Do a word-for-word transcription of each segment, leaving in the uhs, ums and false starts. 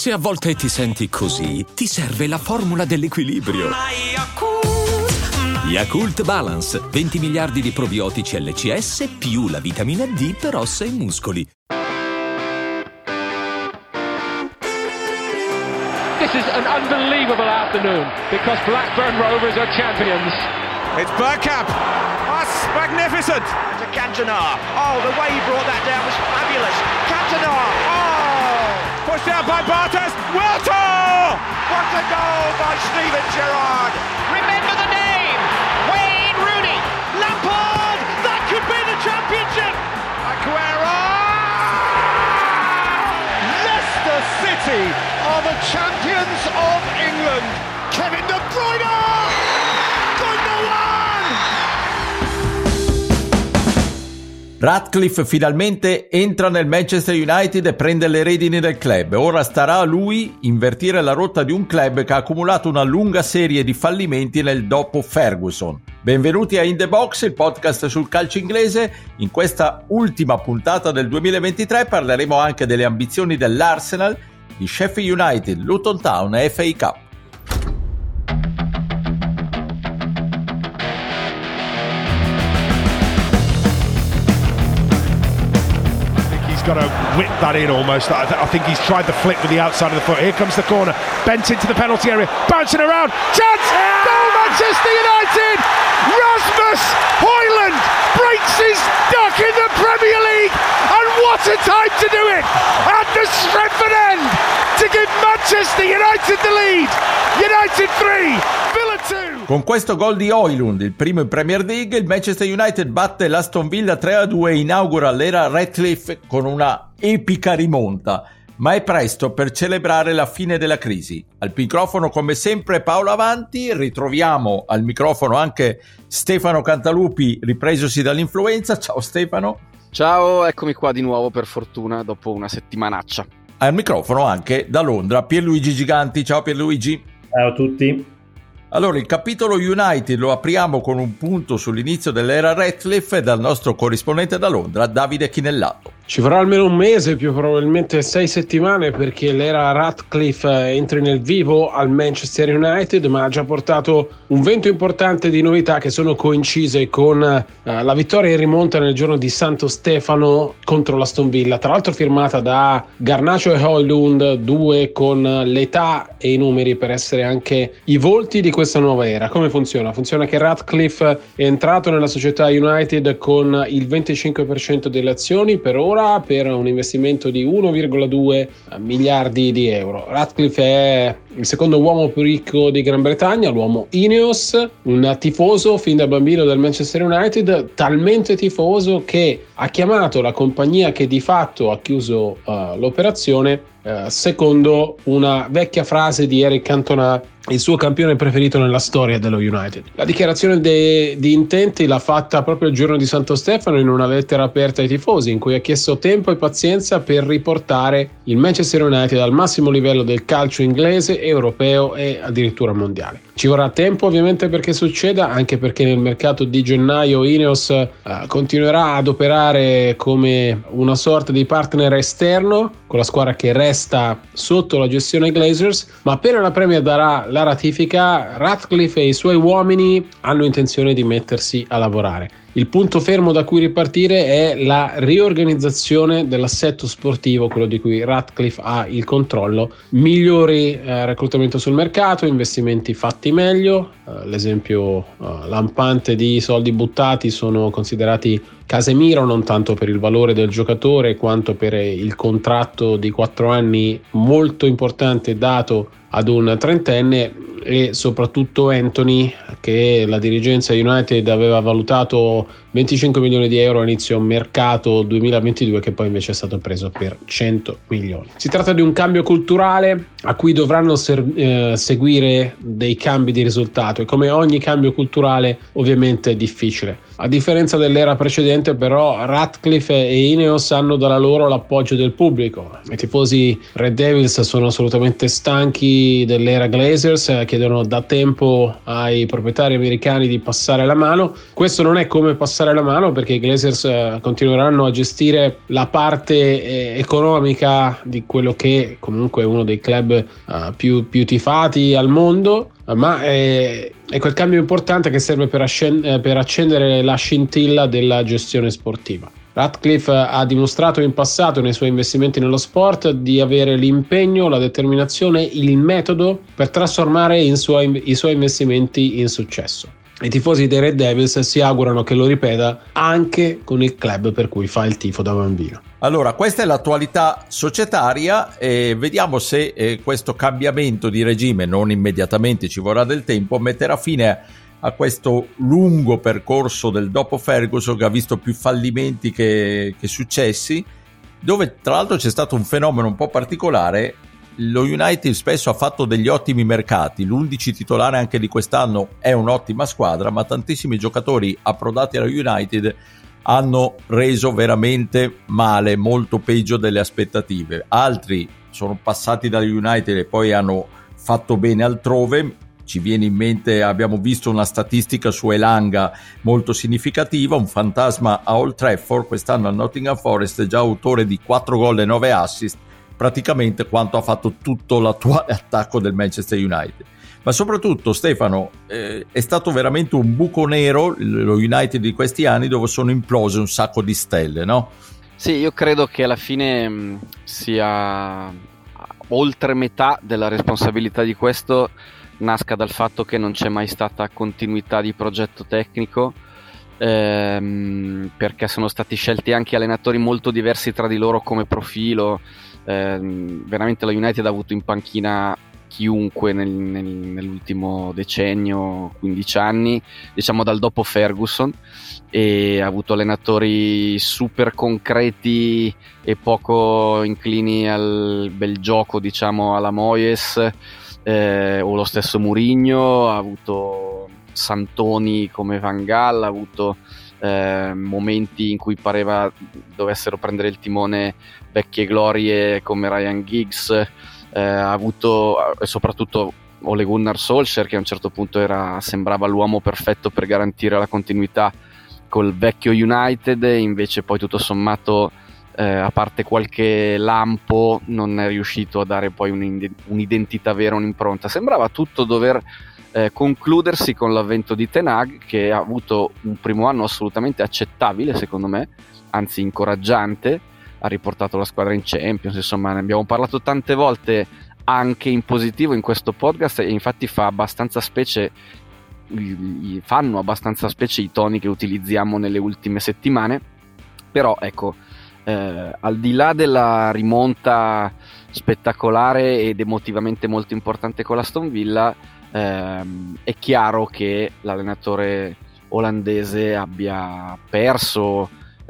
Se a volte ti senti così, ti serve la formula dell'equilibrio. Yakult Balance, venti miliardi di probiotici L C S più la vitamina D per ossa e muscoli. This is an unbelievable afternoon because Blackburn Rovers are champions. It's Bergkamp. That's magnificent. To Cantona. Oh, the way he brought that down was fabulous. Cantona. Oh! Pushed out by Bartes. Wiltor! What a goal by Steven Gerrard. Remember the name. Wayne Rooney. Lampard. That could be the championship. Aguero! Leicester City are the champions of England. Kevin De Bruyne. Ratcliffe finalmente entra nel Manchester United e prende le redini del club. Ora starà a lui invertire la rotta di un club che ha accumulato una lunga serie di fallimenti nel dopo Ferguson. Benvenuti a In The Box, il podcast sul calcio inglese. In questa ultima puntata del duemilaventitré parleremo anche delle ambizioni dell'Arsenal, di Sheffield United, Luton Town e F A Cup. Got to whip that in almost. I, th- I think he's tried the flick with the outside of the foot. Here comes the corner. Bent into the penalty area. Bouncing around. Chance! Goal Manchester United! Rasmus Højlund breaks his duck in the Premier League. And what a time to do it! At the Stretford end to give Manchester United the lead. United three, Villa two. Con questo gol di Højlund, il primo in Premier League, il Manchester United batte l'Aston Villa tre a due e inaugura l'era Ratcliffe con una epica rimonta. Ma è presto per celebrare la fine della crisi. Al microfono come sempre Paolo Avanti, ritroviamo al microfono anche Stefano Cantalupi ripresosi dall'influenza. Ciao Stefano. Ciao, eccomi qua di nuovo per fortuna dopo una settimanaccia. Al microfono anche da Londra Pierluigi Giganti. Ciao Pierluigi. Ciao a tutti. Allora, il capitolo United lo apriamo con un punto sull'inizio dell'era Ratcliffe dal nostro corrispondente da Londra, Davide Chinellato. Ci vorrà almeno un mese, più probabilmente sei settimane, perché l'era Ratcliffe entri nel vivo al Manchester United, ma ha già portato un vento importante di novità che sono coincise con uh, la vittoria in rimonta nel giorno di Santo Stefano contro l'Aston Villa, tra l'altro firmata da Garnacho e Højlund, due con l'età e i numeri per essere anche i volti di questa nuova era. Come funziona? Funziona che Ratcliffe è entrato nella società United con il venticinque per cento delle azioni per ora, per un investimento di uno virgola due miliardi di euro. Ratcliffe è il secondo uomo più ricco di Gran Bretagna, l'uomo Ineos, un tifoso fin da bambino del Manchester United, talmente tifoso che ha chiamato la compagnia che di fatto ha chiuso uh, l'operazione Uh, secondo una vecchia frase di Eric Cantona, il suo campione preferito nella storia dello United. La dichiarazione de- di intenti l'ha fatta proprio il giorno di Santo Stefano in una lettera aperta ai tifosi, in cui ha chiesto tempo e pazienza per riportare il Manchester United al massimo livello del calcio inglese, europeo e addirittura mondiale. Ci vorrà tempo ovviamente perché succeda, anche perché nel mercato di gennaio Ineos uh, continuerà ad operare come una sorta di partner esterno con la squadra che resta sotto la gestione Glazers, ma appena la Premier darà la ratifica, Ratcliffe e i suoi uomini hanno intenzione di mettersi a lavorare. Il punto fermo da cui ripartire è la riorganizzazione dell'assetto sportivo, quello di cui Ratcliffe ha il controllo, migliori eh, reclutamento sul mercato, investimenti fatti meglio, eh, l'esempio eh, lampante di soldi buttati sono considerati Casemiro, non tanto per il valore del giocatore quanto per il contratto di quattro anni molto importante dato ad un trentenne, e soprattutto Anthony, che la dirigenza United aveva valutato venticinque milioni di euro a inizio mercato duemilaventidue, che poi invece è stato preso per cento milioni. Si tratta di un cambio culturale a cui dovranno ser- eh, seguire dei cambi di risultato, e come ogni cambio culturale ovviamente è difficile. A differenza dell'era precedente però Ratcliffe e Ineos hanno dalla loro l'appoggio del pubblico. I tifosi Red Devils sono assolutamente stanchi dell'era Glazers, chiedono da tempo ai proprietari americani di passare la mano. Questo non è come passare alzare la mano, perché i Glazers continueranno a gestire la parte eh, economica di quello che comunque è uno dei club uh, più, più tifati al mondo, ma è, è quel cambio importante che serve per, ascend- per accendere la scintilla della gestione sportiva. Ratcliffe ha dimostrato in passato nei suoi investimenti nello sport di avere l'impegno, la determinazione, il metodo per trasformare i suoi, i suoi investimenti in successo. I tifosi dei Red Devils si augurano che lo ripeta anche con il club per cui fa il tifo da bambino. Allora, questa è l'attualità societaria e vediamo se eh, questo cambiamento di regime, non immediatamente, ci vorrà del tempo, metterà fine a questo lungo percorso del dopo Ferguson, che ha visto più fallimenti che, che successi, dove tra l'altro c'è stato un fenomeno un po' particolare. Lo United spesso ha fatto degli ottimi mercati, l'undici titolare anche di quest'anno è un'ottima squadra, ma tantissimi giocatori approdati allo United hanno reso veramente male, molto peggio delle aspettative. Altri sono passati dallo United e poi hanno fatto bene altrove. Ci viene in mente, abbiamo visto una statistica su Elanga molto significativa, un fantasma a Old Trafford, quest'anno al Nottingham Forest, è già autore di quattro gol e nove assist, praticamente quanto ha fatto tutto l'attuale attacco del Manchester United. Ma soprattutto, Stefano, eh, è stato veramente un buco nero lo United di questi anni, dove sono implose un sacco di stelle, no? Sì, io credo che alla fine mh, sia oltre metà della responsabilità di questo nasca dal fatto che non c'è mai stata continuità di progetto tecnico, ehm, perché sono stati scelti anche allenatori molto diversi tra di loro come profilo. Ehm, veramente la United ha avuto in panchina chiunque nel, nel, nell'ultimo decennio, quindici anni, diciamo dal dopo Ferguson, e ha avuto allenatori super concreti e poco inclini al bel gioco, diciamo alla Moyes, Eh, o lo stesso Mourinho, ha avuto Santoni come Van Gaal, ha avuto eh, momenti in cui pareva dovessero prendere il timone vecchie glorie come Ryan Giggs, eh, ha avuto e soprattutto Ole Gunnar Solskjaer, che a un certo punto era, sembrava l'uomo perfetto per garantire la continuità col vecchio United, e invece poi tutto sommato Eh, a parte qualche lampo non è riuscito a dare poi un'identità vera, un'impronta. Sembrava tutto dover eh, concludersi con l'avvento di Ten Hag, che ha avuto un primo anno assolutamente accettabile secondo me, anzi incoraggiante, ha riportato la squadra in Champions, insomma ne abbiamo parlato tante volte anche in positivo in questo podcast, e infatti fa abbastanza specie fanno abbastanza specie i toni che utilizziamo nelle ultime settimane. Però ecco, Eh, al di là della rimonta spettacolare ed emotivamente molto importante con l'Aston Villa, ehm, è chiaro che l'allenatore olandese abbia perso,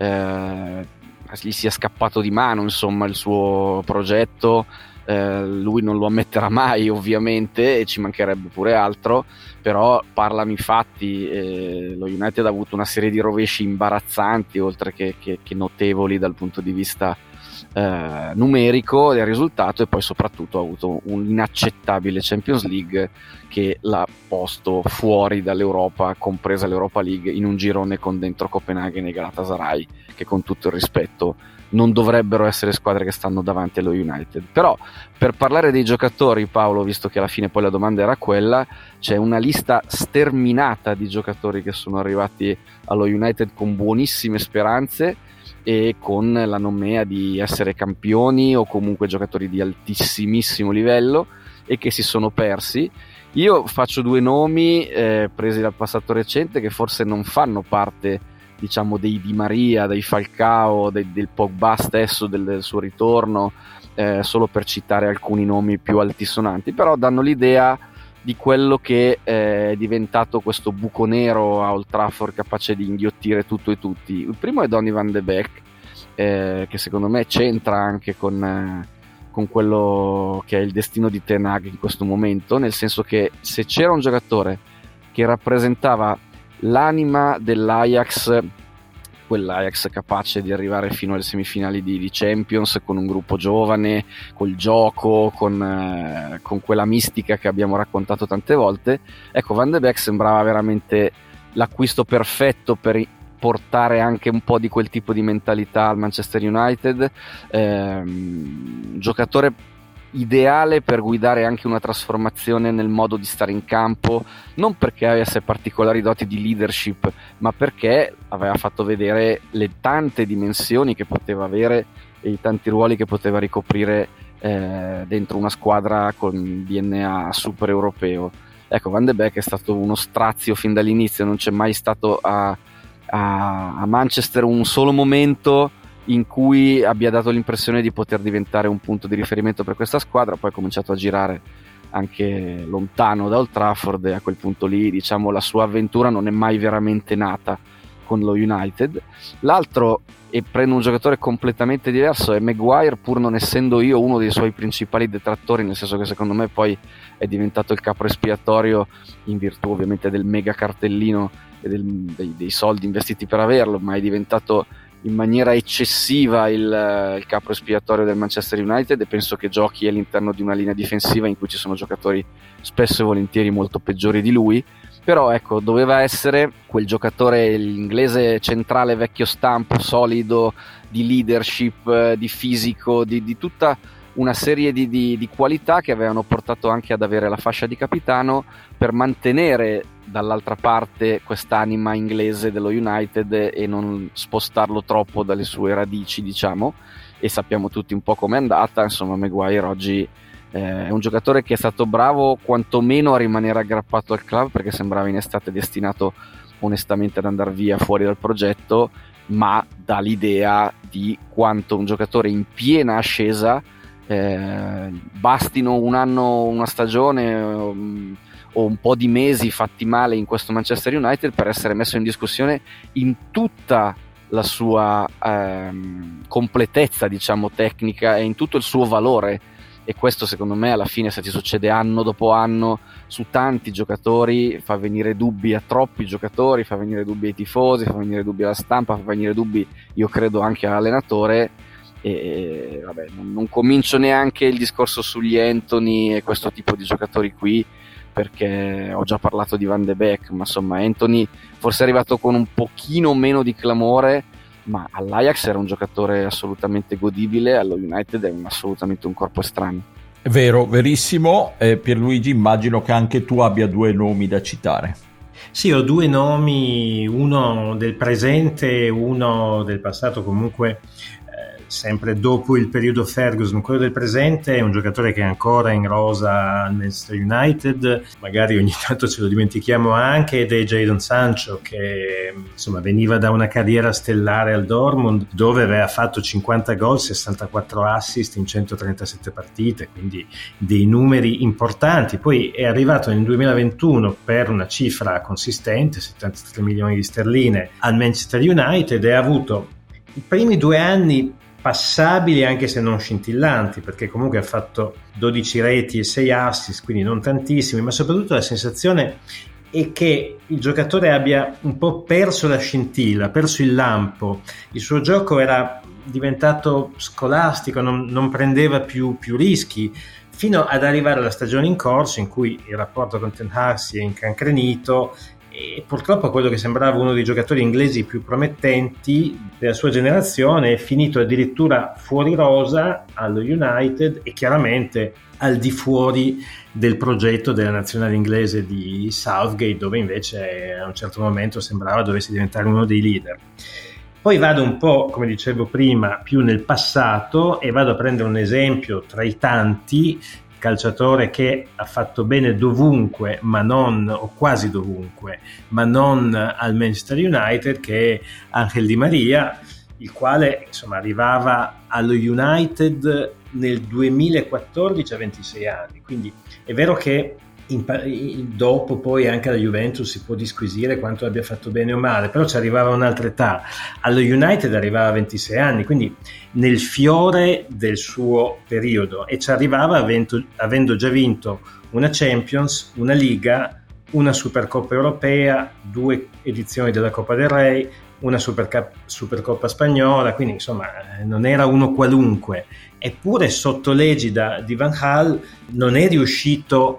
eh, gli sia scappato di mano insomma il suo progetto. Eh, lui non lo ammetterà mai ovviamente, e ci mancherebbe pure altro, però parlami fatti. Eh, lo United ha avuto una serie di rovesci imbarazzanti oltre che, che, che notevoli dal punto di vista eh, numerico del risultato, e poi soprattutto ha avuto un'inaccettabile Champions League che l'ha posto fuori dall'Europa, compresa l'Europa League, in un girone con dentro Copenaghen e Galatasaray, che con tutto il rispetto non dovrebbero essere squadre che stanno davanti allo United. Però per parlare dei giocatori, Paolo, visto che alla fine poi la domanda era quella, c'è una lista sterminata di giocatori che sono arrivati allo United con buonissime speranze e con la nomea di essere campioni o comunque giocatori di altissimissimo livello, e che si sono persi. Io faccio due nomi eh, presi dal passato recente, che forse non fanno parte, diciamo, dei Di Maria, dei Falcao, dei, del Pogba stesso, del, del suo ritorno, eh, solo per citare alcuni nomi più altisonanti, però danno l'idea di quello che eh, è diventato questo buco nero a Old Trafford, capace di inghiottire tutto e tutti. Il primo è Donny van de Beek, eh, che secondo me c'entra anche con, eh, con quello che è il destino di Ten Hag in questo momento, nel senso che se c'era un giocatore che rappresentava l'anima dell'Ajax, quell'Ajax capace di arrivare fino alle semifinali di, di Champions con un gruppo giovane, col gioco, con, eh, con quella mistica che abbiamo raccontato tante volte, ecco, Van de Beek sembrava veramente l'acquisto perfetto per portare anche un po' di quel tipo di mentalità al Manchester United, ehm, giocatore ideale per guidare anche una trasformazione nel modo di stare in campo, non perché avesse particolari doti di leadership, ma perché aveva fatto vedere le tante dimensioni che poteva avere e i tanti ruoli che poteva ricoprire eh, dentro una squadra con D N A super europeo. Ecco, Van de Beek è stato uno strazio fin dall'inizio, non c'è mai stato a, a, a Manchester un solo momento in cui abbia dato l'impressione di poter diventare un punto di riferimento per questa squadra. Poi ha cominciato a girare anche lontano da Old Trafford e a quel punto lì, diciamo, la sua avventura non è mai veramente nata con lo United. L'altro, e prendo un giocatore completamente diverso, è Maguire, pur non essendo io uno dei suoi principali detrattori, nel senso che secondo me poi è diventato il capro espiatorio in virtù ovviamente del mega cartellino e del, dei, dei soldi investiti per averlo, ma è diventato in maniera eccessiva il, il capro espiatorio del Manchester United, e penso che giochi all'interno di una linea difensiva in cui ci sono giocatori spesso e volentieri molto peggiori di lui. Però ecco, doveva essere quel giocatore, l'inglese centrale vecchio stampo, solido, di leadership, di fisico, di, di tutta una serie di, di, di qualità che avevano portato anche ad avere la fascia di capitano, per mantenere dall'altra parte quest'anima inglese dello United e non spostarlo troppo dalle sue radici, diciamo. E sappiamo tutti un po' com'è andata. Insomma, Maguire oggi eh, è un giocatore che è stato bravo quantomeno a rimanere aggrappato al club, perché sembrava in estate destinato onestamente ad andare via fuori dal progetto, ma dà l'idea di quanto un giocatore in piena ascesa eh, bastino un anno, una stagione um, o un po' di mesi fatti male in questo Manchester United per essere messo in discussione in tutta la sua ehm, completezza, diciamo, tecnica, e in tutto il suo valore. E questo, secondo me, alla fine, se ti succede anno dopo anno su tanti giocatori, fa venire dubbi a troppi giocatori, fa venire dubbi ai tifosi, fa venire dubbi alla stampa, fa venire dubbi, io credo, anche all'allenatore. E vabbè, non, non comincio neanche il discorso sugli Antony e questo tipo di giocatori qui, perché ho già parlato di Van de Beek, ma insomma Antony forse è arrivato con un pochino meno di clamore, ma all'Ajax era un giocatore assolutamente godibile, allo United è un, assolutamente un corpo estraneo. Vero, verissimo. eh, Pierluigi, immagino che anche tu abbia due nomi da citare. Sì, ho due nomi, uno del presente e uno del passato, comunque sempre dopo il periodo Ferguson. Quello del presente è un giocatore che è ancora in rosa al Manchester United, magari ogni tanto ce lo dimentichiamo anche, ed è Jadon Sancho, che insomma veniva da una carriera stellare al Dortmund, dove aveva fatto cinquanta gol, sessantaquattro assist in centotrentasette partite, quindi dei numeri importanti. Poi è arrivato nel duemilaventuno per una cifra consistente, settantatré milioni di sterline, al Manchester United, e ha avuto i primi due anni passabili, anche se non scintillanti, perché comunque ha fatto dodici reti e sei assist, quindi non tantissimi, ma soprattutto la sensazione è che il giocatore abbia un po' perso la scintilla, perso il lampo. Il suo gioco era diventato scolastico, non, non prendeva più, più rischi, fino ad arrivare alla stagione in corso, in cui il rapporto con Ten Hag si è incancrenito, e purtroppo quello che sembrava uno dei giocatori inglesi più promettenti della sua generazione è finito addirittura fuori rosa allo United, e chiaramente al di fuori del progetto della nazionale inglese di Southgate, dove invece a un certo momento sembrava dovesse diventare uno dei leader. Poi vado un po', come dicevo prima, più nel passato, e vado a prendere un esempio tra i tanti, calciatore che ha fatto bene dovunque, ma non, o quasi dovunque, ma non al Manchester United, che è Angel Di Maria, il quale insomma arrivava allo United nel duemilaquattordici a ventisei anni. Quindi è vero che in, in, dopo poi anche alla Juventus si può disquisire quanto abbia fatto bene o male, però ci arrivava a un'altra età. Allo United arrivava a ventisei anni, quindi nel fiore del suo periodo, e ci arrivava avendo, avendo già vinto una Champions, una Liga, una Supercoppa europea, due edizioni della Coppa del Re, una Superca- Supercoppa spagnola, quindi insomma non era uno qualunque. Eppure sotto l'egida di Van Gaal non è riuscito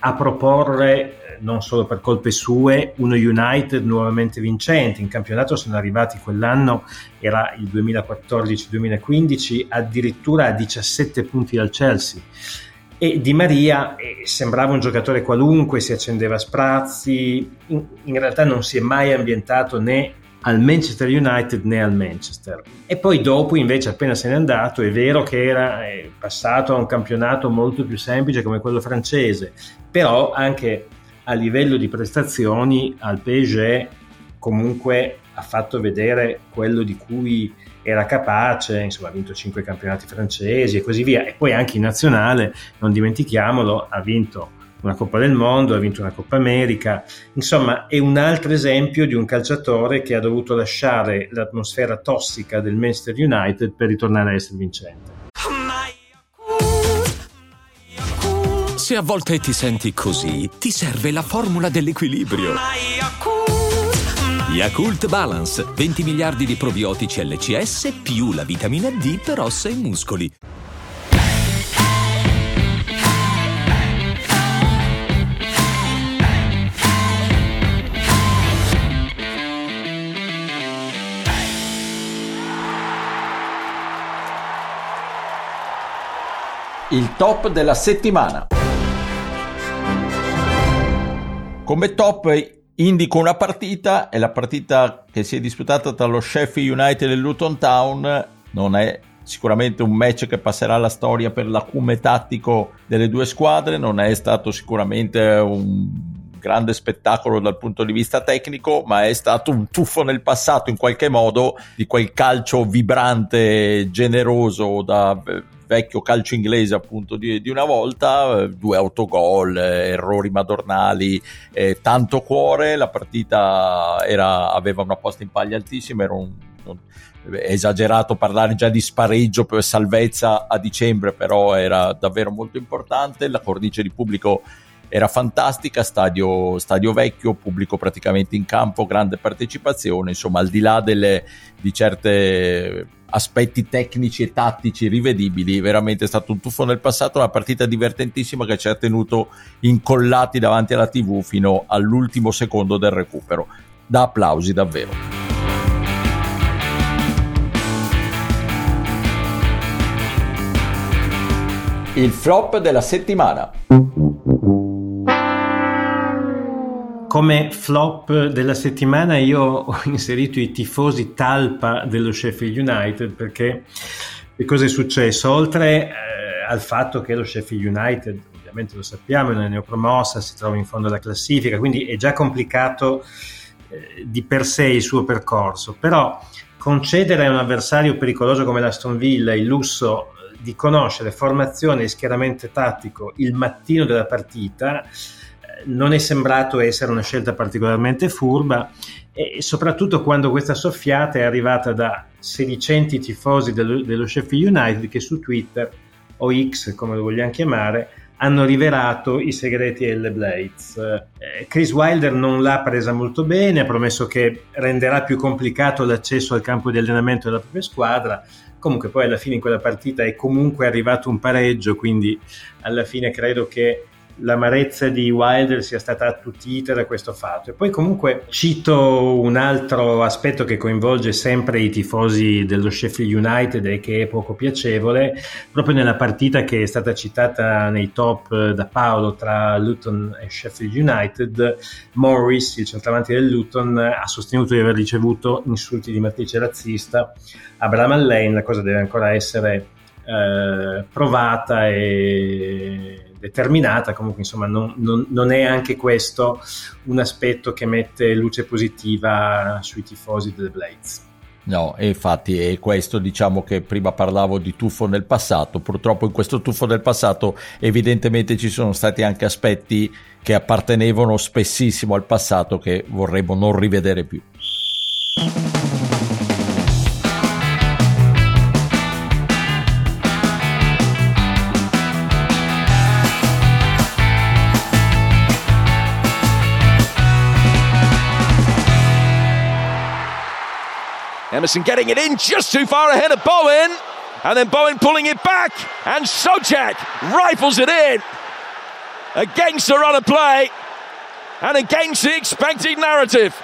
a proporre, non solo per colpe sue, uno United nuovamente vincente. In campionato sono arrivati quell'anno, era il duemilaquattordici duemilaquindici, addirittura a diciassette punti dal Chelsea. E Di Maria eh, sembrava un giocatore qualunque, si accendeva a sprazzi, in, in realtà non si è mai ambientato né al Manchester United né al Manchester. E poi dopo invece, appena se n'è andato, è vero che era eh, passato a un campionato molto più semplice come quello francese, però anche a livello di prestazioni al P S G comunque ha fatto vedere quello di cui era capace. Insomma, ha vinto cinque campionati francesi e così via, e poi anche in nazionale, non dimentichiamolo, ha vinto una Coppa del Mondo, ha vinto una Coppa America. Insomma, è un altro esempio di un calciatore che ha dovuto lasciare l'atmosfera tossica del Manchester United per ritornare a essere vincente. Se a volte ti senti così, ti serve la formula dell'equilibrio. Yakult Balance, venti miliardi di probiotici L C S più la vitamina D per ossa e muscoli. Il top della settimana. Come top indico una partita, è la partita che si è disputata tra lo Sheffield United e il Luton Town. Non è sicuramente un match che passerà alla storia per l'acume tattico delle due squadre, non è stato sicuramente un grande spettacolo dal punto di vista tecnico, ma è stato un tuffo nel passato in qualche modo di quel calcio vibrante, generoso da vecchio calcio inglese appunto di, di una volta. Due autogol, eh, errori madornali, eh, tanto cuore. La partita era, aveva una posta in paglia altissima, era un, un è esagerato parlare già di spareggio per salvezza a dicembre, però era davvero molto importante. La cornice di pubblico era fantastica, stadio, stadio vecchio, pubblico praticamente in campo, grande partecipazione. Insomma, al di là delle, di certe aspetti tecnici e tattici rivedibili, veramente è stato un tuffo nel passato, una partita divertentissima che ci ha tenuto incollati davanti alla tivù fino all'ultimo secondo del recupero. Da applausi davvero. Il flop della settimana. Come flop della settimana io ho inserito i tifosi talpa dello Sheffield United, perché che cosa è successo? Oltre eh, al fatto che lo Sheffield United, ovviamente lo sappiamo, è una neopromossa, si trova in fondo alla classifica, quindi è già complicato eh, di per sé il suo percorso, però concedere a un avversario pericoloso come l'Aston Villa il lusso di conoscere formazione e schieramento tattico il mattino della partita non è sembrato essere una scelta particolarmente furba, e soprattutto quando questa soffiata è arrivata da sedicenti tifosi dello, dello Sheffield United che su Twitter o X, come lo vogliamo chiamare, hanno rivelato i segreti delle Blades. Eh, Chris Wilder non l'ha presa molto bene, ha promesso che renderà più complicato l'accesso al campo di allenamento della propria squadra. Comunque poi alla fine in quella partita è comunque arrivato un pareggio, quindi alla fine credo che l'amarezza di Wilder sia stata attutita da questo fatto. E poi comunque cito un altro aspetto che coinvolge sempre i tifosi dello Sheffield United e che è poco piacevole. Proprio nella partita che è stata citata nei top da Paolo tra Luton e Sheffield United, Morris, il centravanti del Luton, ha sostenuto di aver ricevuto insulti di matrice razzista a Bramall Lane. La cosa deve ancora essere eh, provata e determinata. Comunque insomma non, non, non è anche questo un aspetto che mette luce positiva sui tifosi delle Blades. No, e infatti è questo, diciamo che prima parlavo di tuffo nel passato, purtroppo in questo tuffo nel passato evidentemente ci sono stati anche aspetti che appartenevano spessissimo al passato che vorremmo non rivedere più. Emerson getting it in just too far ahead of Bowen, and then Bowen pulling it back, and Souček rifles it in. against the run of play and against the expected narrative.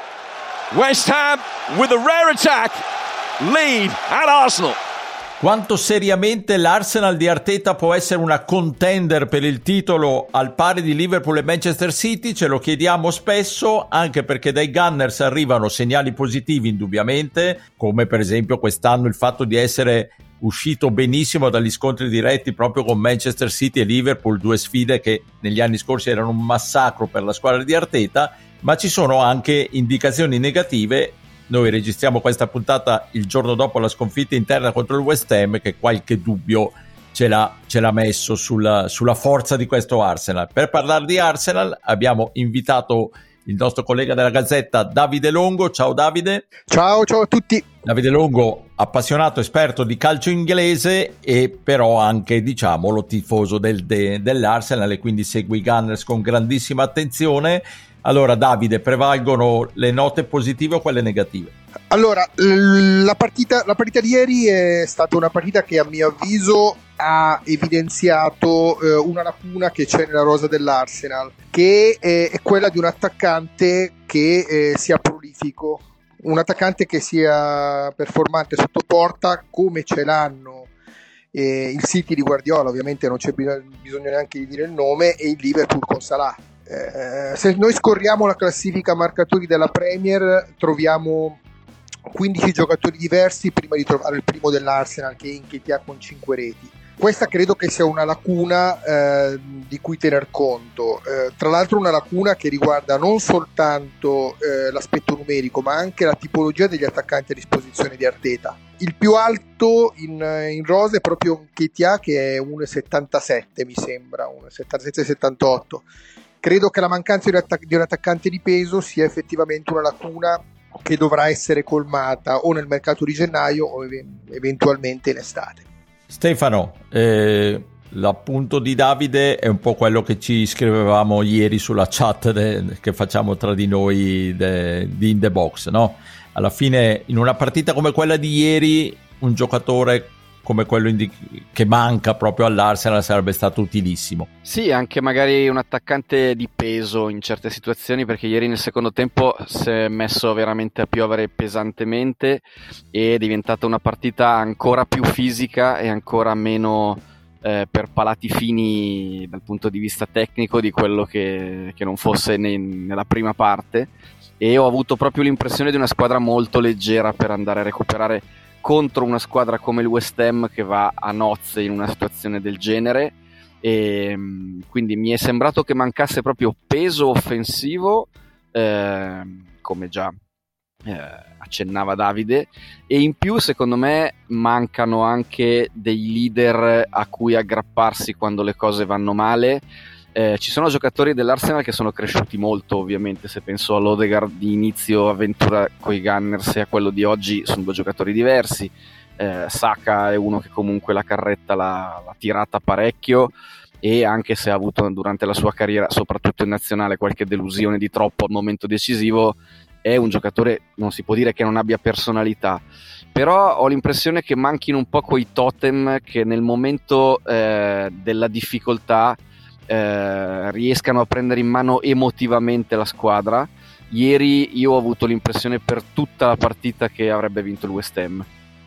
West Ham with a rare attack lead at Arsenal. Quanto seriamente l'Arsenal di Arteta può essere una contender per il titolo al pari di Liverpool e Manchester City ce lo chiediamo spesso, anche perché dai Gunners arrivano segnali positivi indubbiamente, come per esempio quest'anno il fatto di essere uscito benissimo dagli scontri diretti proprio con Manchester City e Liverpool, due sfide che negli anni scorsi erano un massacro per la squadra di Arteta, ma ci sono anche indicazioni negative. Noi registriamo questa puntata il giorno dopo la sconfitta interna contro il West Ham, che qualche dubbio ce l'ha, ce l'ha messo sulla, sulla forza di questo Arsenal. Per parlare di Arsenal abbiamo invitato il nostro collega della Gazzetta Davide Longo. Ciao Davide. Ciao, ciao a tutti. Davide Longo, appassionato esperto di calcio inglese e però anche, diciamolo, tifoso del, de, dell'Arsenal e quindi segue i Gunners con grandissima attenzione. Allora Davide, prevalgono le note positive o quelle negative? Allora, la partita, la partita di ieri è stata una partita che a mio avviso ha evidenziato eh, una lacuna che c'è nella rosa dell'Arsenal, che è, è quella di un attaccante che eh, sia prolifico, un attaccante che sia performante sotto porta come ce l'hanno eh, il City di Guardiola, ovviamente non c'è bisogno neanche di dire il nome, e il Liverpool con Salah. Eh, se noi scorriamo la classifica marcatori della Premier troviamo quindici giocatori diversi prima di trovare il primo dell'Arsenal, che è Nketiah con cinque reti. Questa credo che sia una lacuna eh, di cui tener conto, eh, tra l'altro una lacuna che riguarda non soltanto eh, l'aspetto numerico ma anche la tipologia degli attaccanti a disposizione di Arteta. Il più alto in, in rosa è proprio Nketiah, che è uno virgola settantasette mi sembra, uno virgola settantasette settantotto. Credo che la mancanza di un, attac- di un attaccante di peso sia effettivamente una lacuna che dovrà essere colmata o nel mercato di gennaio o ev- eventualmente in estate. Stefano, eh, l'appunto di Davide è un po' quello che ci scrivevamo ieri sulla chat de- che facciamo tra di noi de- di In The Box, no? Alla fine, in una partita come quella di ieri, un giocatore come quello indi- che manca proprio all'Arsenal sarebbe stato utilissimo. Sì, anche magari un attaccante di peso in certe situazioni, perché ieri nel secondo tempo si è messo veramente a piovere pesantemente e è diventata una partita ancora più fisica e ancora meno eh, per palati fini dal punto di vista tecnico di quello che, che non fosse ne- nella prima parte, e ho avuto proprio l'impressione di una squadra molto leggera per andare a recuperare contro una squadra come il West Ham che va a nozze in una situazione del genere, e quindi mi è sembrato che mancasse proprio peso offensivo, eh, come già eh, accennava Davide, e in più secondo me mancano anche dei leader a cui aggrapparsi quando le cose vanno male. Eh, ci sono giocatori dell'Arsenal che sono cresciuti molto, ovviamente. Se penso all'Odegaard di inizio avventura con i Gunners e a quello di oggi, sono due giocatori diversi. eh, Saka è uno che comunque la carretta l'ha, l'ha tirata parecchio, e anche se ha avuto durante la sua carriera, soprattutto in nazionale, qualche delusione di troppo al momento decisivo, è un giocatore, non si può dire che non abbia personalità, però ho l'impressione che manchino un po' quei totem che nel momento eh, della difficoltà Eh, riescano a prendere in mano emotivamente la squadra. Ieri io ho avuto l'impressione per tutta la partita che avrebbe vinto il West Ham,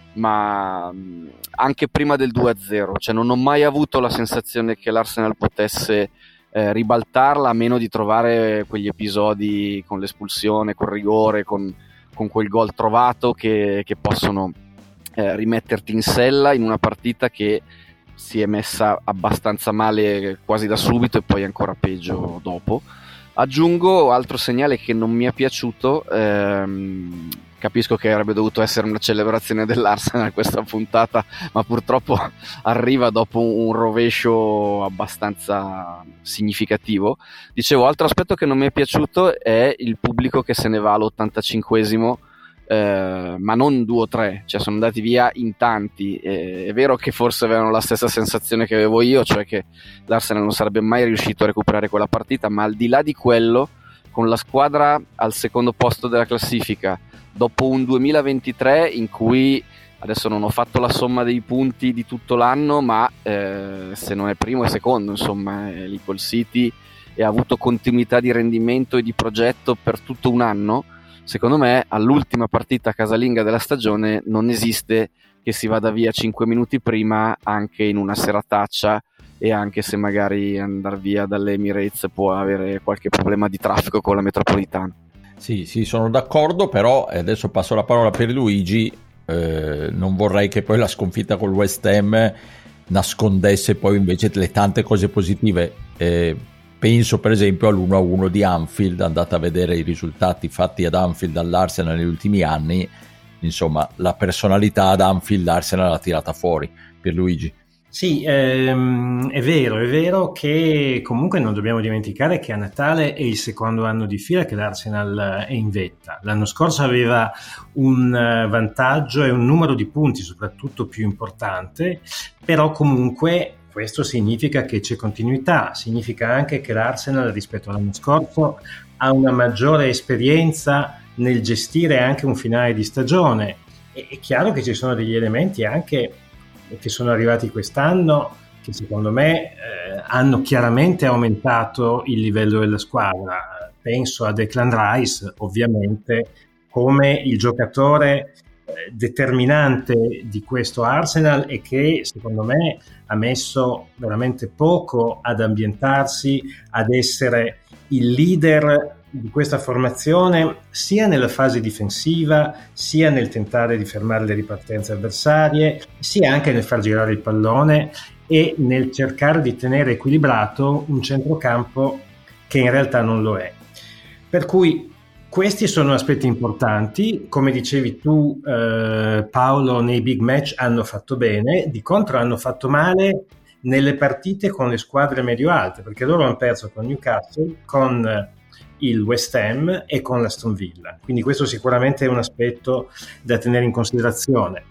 ma anche prima del due a zero, cioè non ho mai avuto la sensazione che l'Arsenal potesse eh, ribaltarla, a meno di trovare quegli episodi con l'espulsione, col rigore, con, con quel gol trovato che, che possono eh, rimetterti in sella in una partita che si è messa abbastanza male quasi da subito e poi ancora peggio dopo. Aggiungo altro segnale che non mi è piaciuto, ehm, capisco che avrebbe dovuto essere una celebrazione dell'Arsenal questa puntata, ma purtroppo arriva dopo un rovescio abbastanza significativo. Dicevo, altro aspetto che non mi è piaciuto è il pubblico che se ne va all'ottantacinquesimo, Eh, ma non due o tre, cioè sono andati via in tanti. Eh, è vero che forse avevano la stessa sensazione che avevo io, cioè che l'Arsenal non sarebbe mai riuscito a recuperare quella partita, ma al di là di quello, con la squadra al secondo posto della classifica dopo un duemilaventitré in cui adesso non ho fatto la somma dei punti di tutto l'anno, ma eh, se non è primo è secondo, insomma, è lì col City e ha avuto continuità di rendimento e di progetto per tutto un anno. Secondo me all'ultima partita casalinga della stagione non esiste che si vada via cinque minuti prima anche in una serataccia, e anche se magari andare via dall'Emirates può avere qualche problema di traffico con la metropolitana. Sì, sì, sono d'accordo, però adesso passo la parola per Luigi. Eh, non vorrei che poi la sconfitta col West Ham nascondesse poi invece le tante cose positive. Eh, penso per esempio all'uno a uno di Anfield, andate a vedere i risultati fatti ad Anfield dall'Arsenal negli ultimi anni, insomma la personalità ad Anfield l'Arsenal l'ha tirata fuori. Pierluigi. Sì, ehm, è vero, è vero che comunque non dobbiamo dimenticare che a Natale è il secondo anno di fila che l'Arsenal è in vetta. L'anno scorso aveva un vantaggio e un numero di punti soprattutto più importante, però comunque questo significa che c'è continuità, significa anche che l'Arsenal rispetto all'anno scorso ha una maggiore esperienza nel gestire anche un finale di stagione. E è chiaro che ci sono degli elementi anche che sono arrivati quest'anno che secondo me eh, hanno chiaramente aumentato il livello della squadra. Penso a Declan Rice, ovviamente, come il giocatore eh, determinante di questo Arsenal, e che secondo me ha messo veramente poco ad ambientarsi, ad essere il leader di questa formazione, sia nella fase difensiva, sia nel tentare di fermare le ripartenze avversarie, sia anche nel far girare il pallone e nel cercare di tenere equilibrato un centrocampo che in realtà non lo è. Per cui questi sono aspetti importanti. Come dicevi tu, eh, Paolo, nei big match hanno fatto bene, di contro hanno fatto male nelle partite con le squadre medio-alte, perché loro hanno perso con Newcastle, con il West Ham e con l'Aston Villa, quindi questo sicuramente è un aspetto da tenere in considerazione.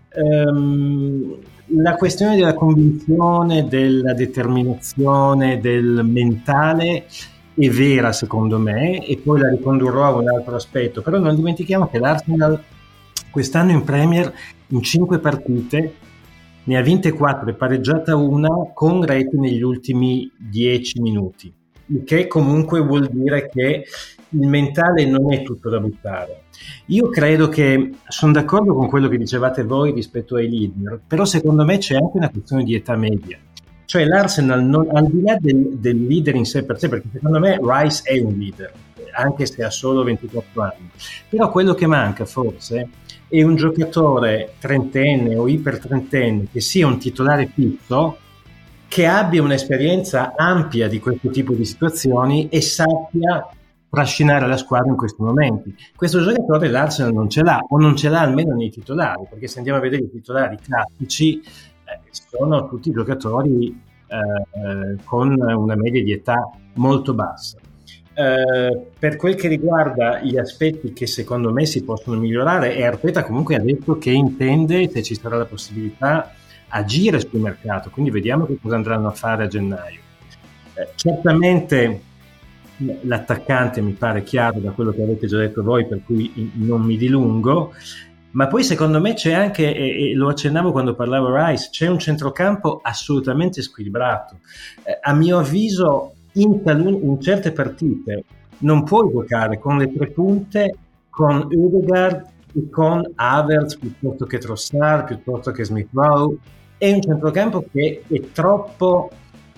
Um, la questione della convinzione, della determinazione, del mentale è vera secondo me, e poi la ricondurrò a un altro aspetto, però non dimentichiamo che l'Arsenal quest'anno in Premier in cinque partite ne ha vinte quattro e pareggiata una con reti negli ultimi dieci minuti, il che comunque vuol dire che il mentale non è tutto da buttare. Io credo che, sono d'accordo con quello che dicevate voi rispetto ai leader, però secondo me c'è anche una questione di età media. Cioè l'Arsenal, non, al di là del, del leader in sé per sé, perché secondo me Rice è un leader, anche se ha solo ventiquattro anni, però quello che manca forse è un giocatore trentenne o ipertrentenne che sia un titolare fisso, che abbia un'esperienza ampia di questo tipo di situazioni e sappia trascinare la squadra in questi momenti. Questo giocatore l'Arsenal non ce l'ha, o non ce l'ha almeno nei titolari, perché se andiamo a vedere i titolari classici eh, sono tutti giocatori eh, con una media di età molto bassa. Eh, per quel che riguarda gli aspetti che secondo me si possono migliorare, e Arteta comunque ha detto che intende, se ci sarà la possibilità, agire sul mercato, quindi vediamo che cosa andranno a fare a gennaio. Eh, certamente l'attaccante mi pare chiaro da quello che avete già detto voi, per cui non mi dilungo, ma poi secondo me c'è anche, e, e lo accennavo quando parlavo Rice, c'è un centrocampo assolutamente squilibrato. Eh, a mio avviso in, talun- in certe partite non puoi giocare con le tre punte, con Ødegaard e con Havertz piuttosto che Trossard, piuttosto che Smith Rowe. È un centrocampo che è troppo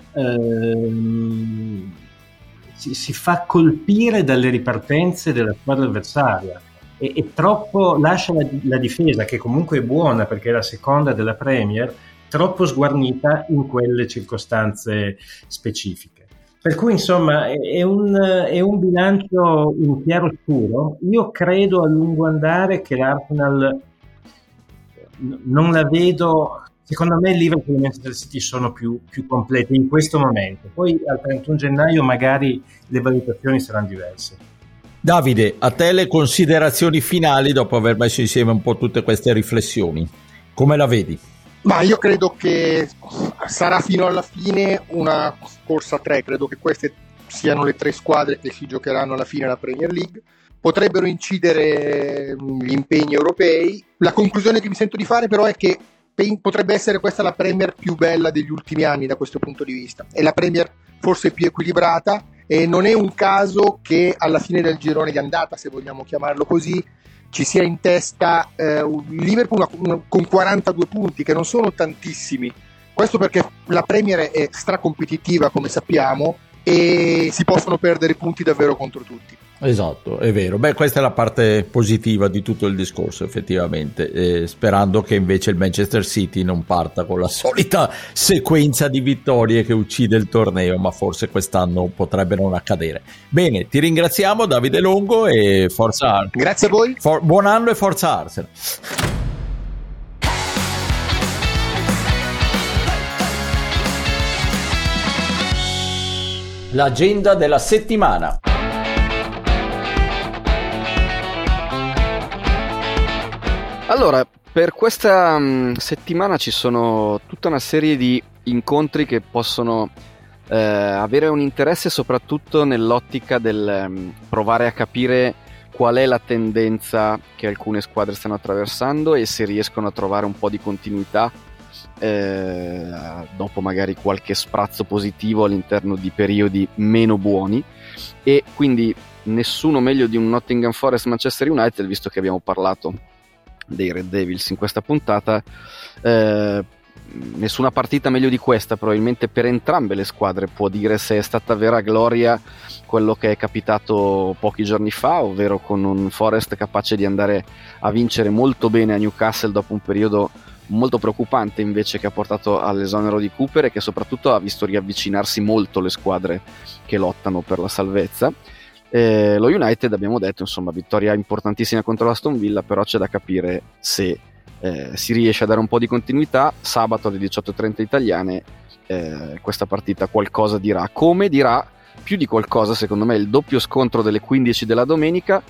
ehm, si, si fa colpire dalle ripartenze della squadra avversaria e, e troppo lascia la, la difesa, che comunque è buona perché è la seconda della Premier, troppo sguarnita in quelle circostanze specifiche. Per cui insomma è un, è un bilancio in chiaro scuro. Io credo a lungo andare che l'Arsenal non la vedo, secondo me il Liverpool e Manchester City sono più, più completi in questo momento, poi al trentuno gennaio magari le valutazioni saranno diverse. Davide, a te le considerazioni finali dopo aver messo insieme un po' tutte queste riflessioni, come la vedi? Ma io credo che sarà fino alla fine una corsa a tre, credo che queste siano le tre squadre che si giocheranno alla fine la Premier League. potrebbero incidere gli impegni europei. La conclusione che mi sento di fare però è che potrebbe essere questa la Premier più bella degli ultimi anni da questo punto di vista, è la Premier forse più equilibrata, e non è un caso che alla fine del girone di andata, se vogliamo chiamarlo così, ci sia in testa eh, un Liverpool una, una, con quarantadue punti, che non sono tantissimi. Questo perché la Premier è stracompetitiva, come sappiamo, e si possono perdere punti davvero contro tutti. Esatto, è vero. Beh, questa è la parte positiva di tutto il discorso, effettivamente, eh, sperando che invece il Manchester City non parta con la solita sequenza di vittorie che uccide il torneo, ma forse quest'anno potrebbe non accadere. Bene, ti ringraziamo Davide Longo e forza Arsenal. Grazie a voi. For- buon anno e forza Arsenal. L'agenda della settimana. Allora, per questa um, settimana ci sono tutta una serie di incontri che possono eh, avere un interesse soprattutto nell'ottica del um, provare a capire qual è la tendenza che alcune squadre stanno attraversando e se riescono a trovare un po' di continuità eh, dopo magari qualche sprazzo positivo all'interno di periodi meno buoni. E quindi nessuno meglio di un Nottingham Forest Manchester United, visto che abbiamo parlato dei Red Devils in questa puntata, eh, nessuna partita meglio di questa probabilmente per entrambe le squadre può dire se è stata vera gloria quello che è capitato pochi giorni fa, ovvero con un Forest capace di andare a vincere molto bene a Newcastle dopo un periodo molto preoccupante invece, che ha portato all'esonero di Cooper e che soprattutto ha visto riavvicinarsi molto le squadre che lottano per la salvezza. Eh, lo United, abbiamo detto, insomma, vittoria importantissima contro l'Aston Villa, però c'è da capire se eh, si riesce a dare un po' di continuità. Sabato alle diciotto e trenta italiane eh, questa partita qualcosa dirà, come dirà più di qualcosa secondo me il doppio scontro delle quindici della domenica,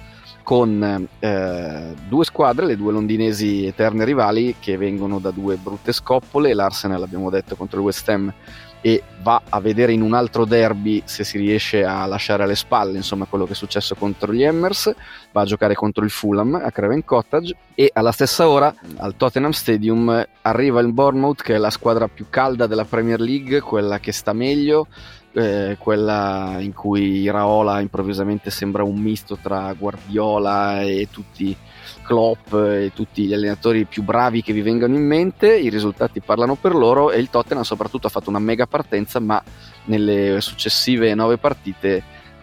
con eh, due squadre, le due londinesi eterne rivali, che vengono da due brutte scoppole. L'Arsenal, abbiamo detto, contro il West Ham, e va a vedere in un altro derby se si riesce a lasciare alle spalle, insomma, quello che è successo contro gli Hammers. Va a giocare contro il Fulham a Craven Cottage, e alla stessa ora al Tottenham Stadium arriva il Bournemouth, che è la squadra più calda della Premier League, quella che sta meglio, eh, quella in cui Iraola improvvisamente sembra un misto tra Guardiola e tutti Klopp e tutti gli allenatori più bravi che vi vengano in mente. I risultati parlano per loro, e il Tottenham soprattutto ha fatto una mega partenza, ma nelle successive nove partite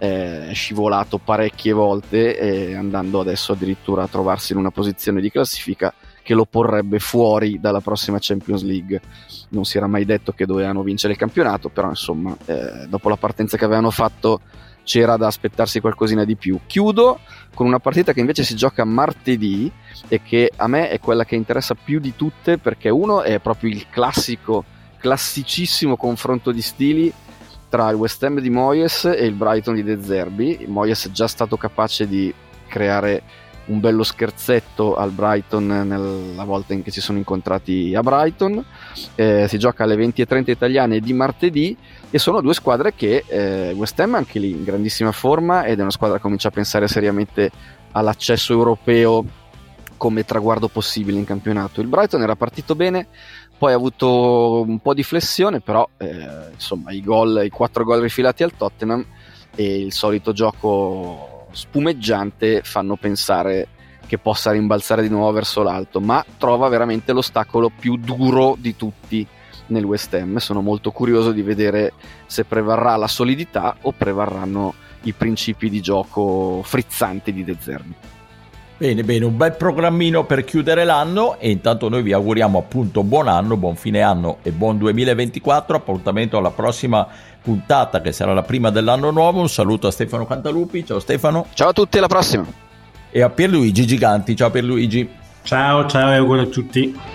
è scivolato parecchie volte, eh, andando adesso addirittura a trovarsi in una posizione di classifica che lo porrebbe fuori dalla prossima Champions League. Non si era mai detto che dovevano vincere il campionato, però insomma eh, dopo la partenza che avevano fatto c'era da aspettarsi qualcosina di più. Chiudo con una partita che invece si gioca martedì e che a me è quella che interessa più di tutte, perché uno è proprio il classico, classicissimo confronto di stili tra il West Ham di Moyes e il Brighton di De Zerbi. Moyes è già stato capace di creare un bello scherzetto al Brighton nella volta in che si sono incontrati a Brighton. Eh, si gioca alle venti e trenta italiane di martedì, e sono due squadre che eh, West Ham anche lì in grandissima forma, ed è una squadra che comincia a pensare seriamente all'accesso europeo come traguardo possibile in campionato. Il Brighton era partito bene, poi ha avuto un po' di flessione, però eh, insomma i gol, i quattro gol rifilati al Tottenham e il solito gioco spumeggiante fanno pensare che possa rimbalzare di nuovo verso l'alto, ma trova veramente l'ostacolo più duro di tutti nel West Ham. Sono molto curioso di vedere se prevarrà la solidità o prevarranno i principi di gioco frizzanti di De Zerbi. Bene, bene, un bel programmino per chiudere l'anno, e intanto noi vi auguriamo appunto buon anno, buon fine anno e buon duemilaventiquattro. Appuntamento alla prossima puntata, che sarà la prima dell'anno nuovo. Un saluto a Stefano Cantalupi. Ciao Stefano. Ciao a tutti, alla prossima. E a Pierluigi Giganti. Ciao Pierluigi. Ciao, ciao e auguri a tutti.